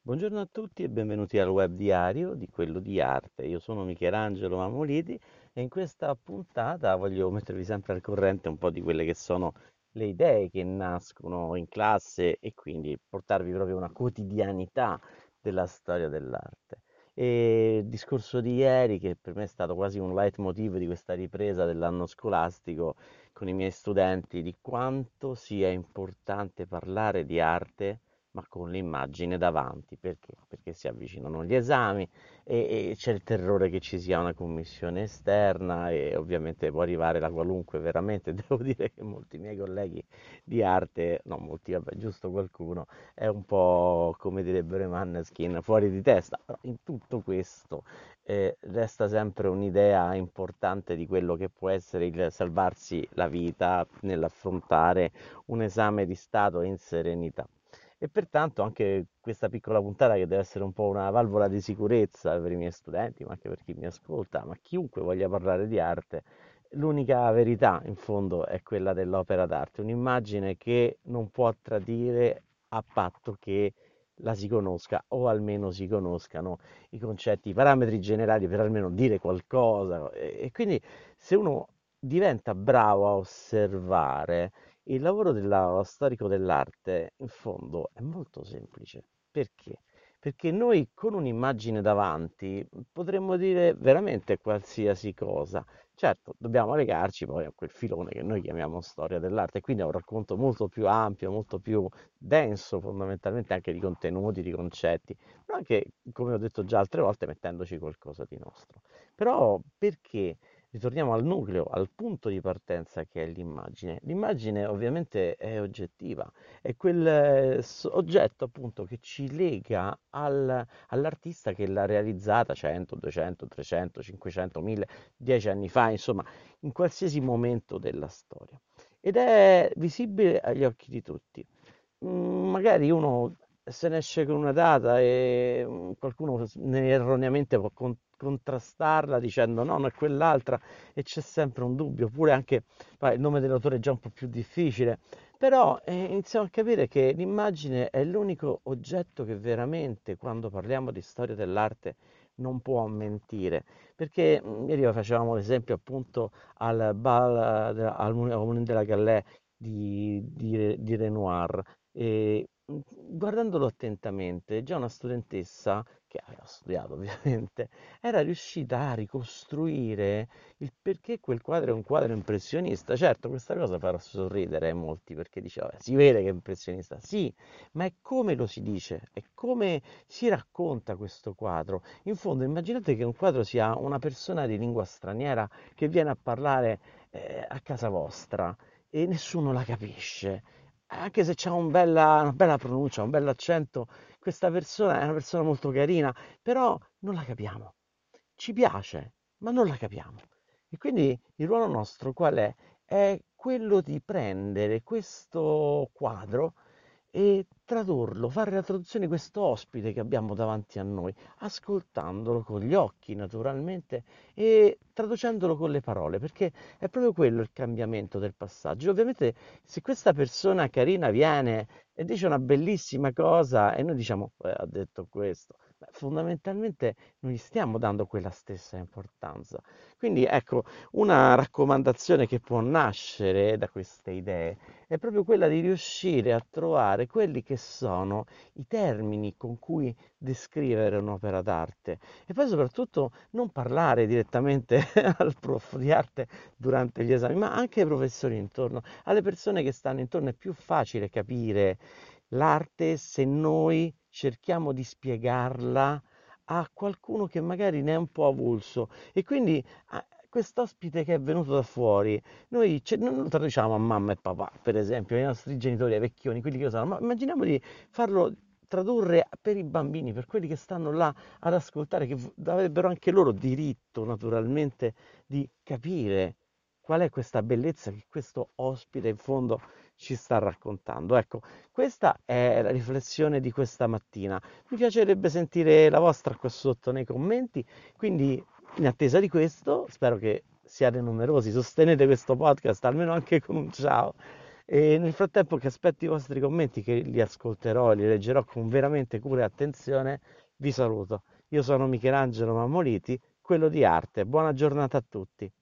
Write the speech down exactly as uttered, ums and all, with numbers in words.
Buongiorno a tutti e benvenuti al web diario di quello di arte. Io sono Michelangelo Mamoliti e in questa puntata voglio mettervi sempre al corrente un po' di quelle che sono le idee che nascono in classe e quindi portarvi proprio una quotidianità della storia dell'arte. E il discorso di ieri, che per me è stato quasi un leitmotiv di questa ripresa dell'anno scolastico con i miei studenti, di quanto sia importante parlare di arte ma con l'immagine davanti. Perché? Perché si avvicinano gli esami e, e c'è il terrore che ci sia una commissione esterna e ovviamente può arrivare la qualunque, veramente devo dire che molti miei colleghi di arte, no molti, vabbè, giusto qualcuno, è un po' come direbbero i Manneskin, fuori di testa, però in tutto questo eh, resta sempre un'idea importante di quello che può essere il salvarsi la vita nell'affrontare un esame di Stato in serenità. E pertanto anche questa piccola puntata che deve essere un po' una valvola di sicurezza per i miei studenti, ma anche per chi mi ascolta, ma chiunque voglia parlare di arte, l'unica verità in fondo è quella dell'opera d'arte, un'immagine che non può tradire a patto che la si conosca o almeno si conoscano i concetti, i parametri generali per almeno dire qualcosa. E, e quindi se uno diventa bravo a osservare, il lavoro dello storico dell'arte, in fondo, è molto semplice. Perché? Perché noi con un'immagine davanti potremmo dire veramente qualsiasi cosa. Certo, dobbiamo legarci poi a quel filone che noi chiamiamo storia dell'arte, quindi è un racconto molto più ampio, molto più denso, fondamentalmente anche di contenuti, di concetti, però anche, come ho detto già altre volte, mettendoci qualcosa di nostro. Però perché? Ritorniamo al nucleo, al punto di partenza che è l'immagine. L'immagine ovviamente è oggettiva, è quel eh, s- oggetto appunto che ci lega al- all'artista che l'ha realizzata cento, duecento, trecento, cinquecento, mille, dieci anni fa, insomma, in qualsiasi momento della storia. Ed è visibile agli occhi di tutti. Mm, magari uno se ne esce con una data e mm, qualcuno s- ne- erroneamente può con- contrastarla dicendo no, no, è quell'altra e c'è sempre un dubbio, oppure anche vai, il nome dell'autore è già un po' più difficile, però eh, iniziamo a capire che l'immagine è l'unico oggetto che veramente, quando parliamo di storia dell'arte, non può mentire, perché mm, ieri facevamo l'esempio appunto al bal, eh, al Moulin della Galère di, di, di Renoir. E mh, guardandolo attentamente, già una studentessa, che aveva studiato ovviamente, era riuscita a ricostruire il perché quel quadro è un quadro impressionista. Certo, questa cosa farà sorridere molti perché diceva, "Vabbè, si vede che è impressionista. Sì, ma è come lo si dice, è come si racconta questo quadro. In fondo, immaginate che un quadro sia una persona di lingua straniera che viene a parlare eh, a casa vostra e nessuno la capisce. Anche se c'ha un bella, una bella pronuncia, un bell'accento, questa persona è una persona molto carina, però non la capiamo. Ci piace, ma non la capiamo. E quindi il ruolo nostro qual è? È quello di prendere questo quadro e tradurlo, fare la traduzione di questo ospite che abbiamo davanti a noi, ascoltandolo con gli occhi naturalmente e traducendolo con le parole, perché è proprio quello il cambiamento del passaggio. Ovviamente se questa persona carina viene e dice una bellissima cosa e noi diciamo, "Eh, ha detto questo", beh, fondamentalmente non gli stiamo dando quella stessa importanza. Quindi ecco, una raccomandazione che può nascere da queste idee è proprio quella di riuscire a trovare quelli che sono i termini con cui descrivere un'opera d'arte e poi soprattutto non parlare direttamente al prof di arte durante gli esami, ma anche ai professori intorno, alle persone che stanno intorno. È più facile capire l'arte se noi cerchiamo di spiegarla a qualcuno che magari ne è un po' avulso e quindi a quest'ospite che è venuto da fuori, noi ce- non lo traduciamo a mamma e papà, per esempio, ai nostri genitori, ai vecchioni, quelli che lo sanno, ma immaginiamo di farlo tradurre per i bambini, per quelli che stanno là ad ascoltare, che v- avrebbero anche loro diritto, naturalmente, di capire qual è questa bellezza che questo ospite in fondo ci sta raccontando. Ecco, questa è la riflessione di questa mattina. Mi piacerebbe sentire la vostra qua sotto nei commenti, quindi in attesa di questo, spero che siate numerosi, sostenete questo podcast almeno anche con un ciao E nel frattempo che aspetto i vostri commenti, che li ascolterò e li leggerò con veramente cura e attenzione, vi saluto. Io sono Michelangelo Mammoliti, quello di arte. Buona giornata a tutti.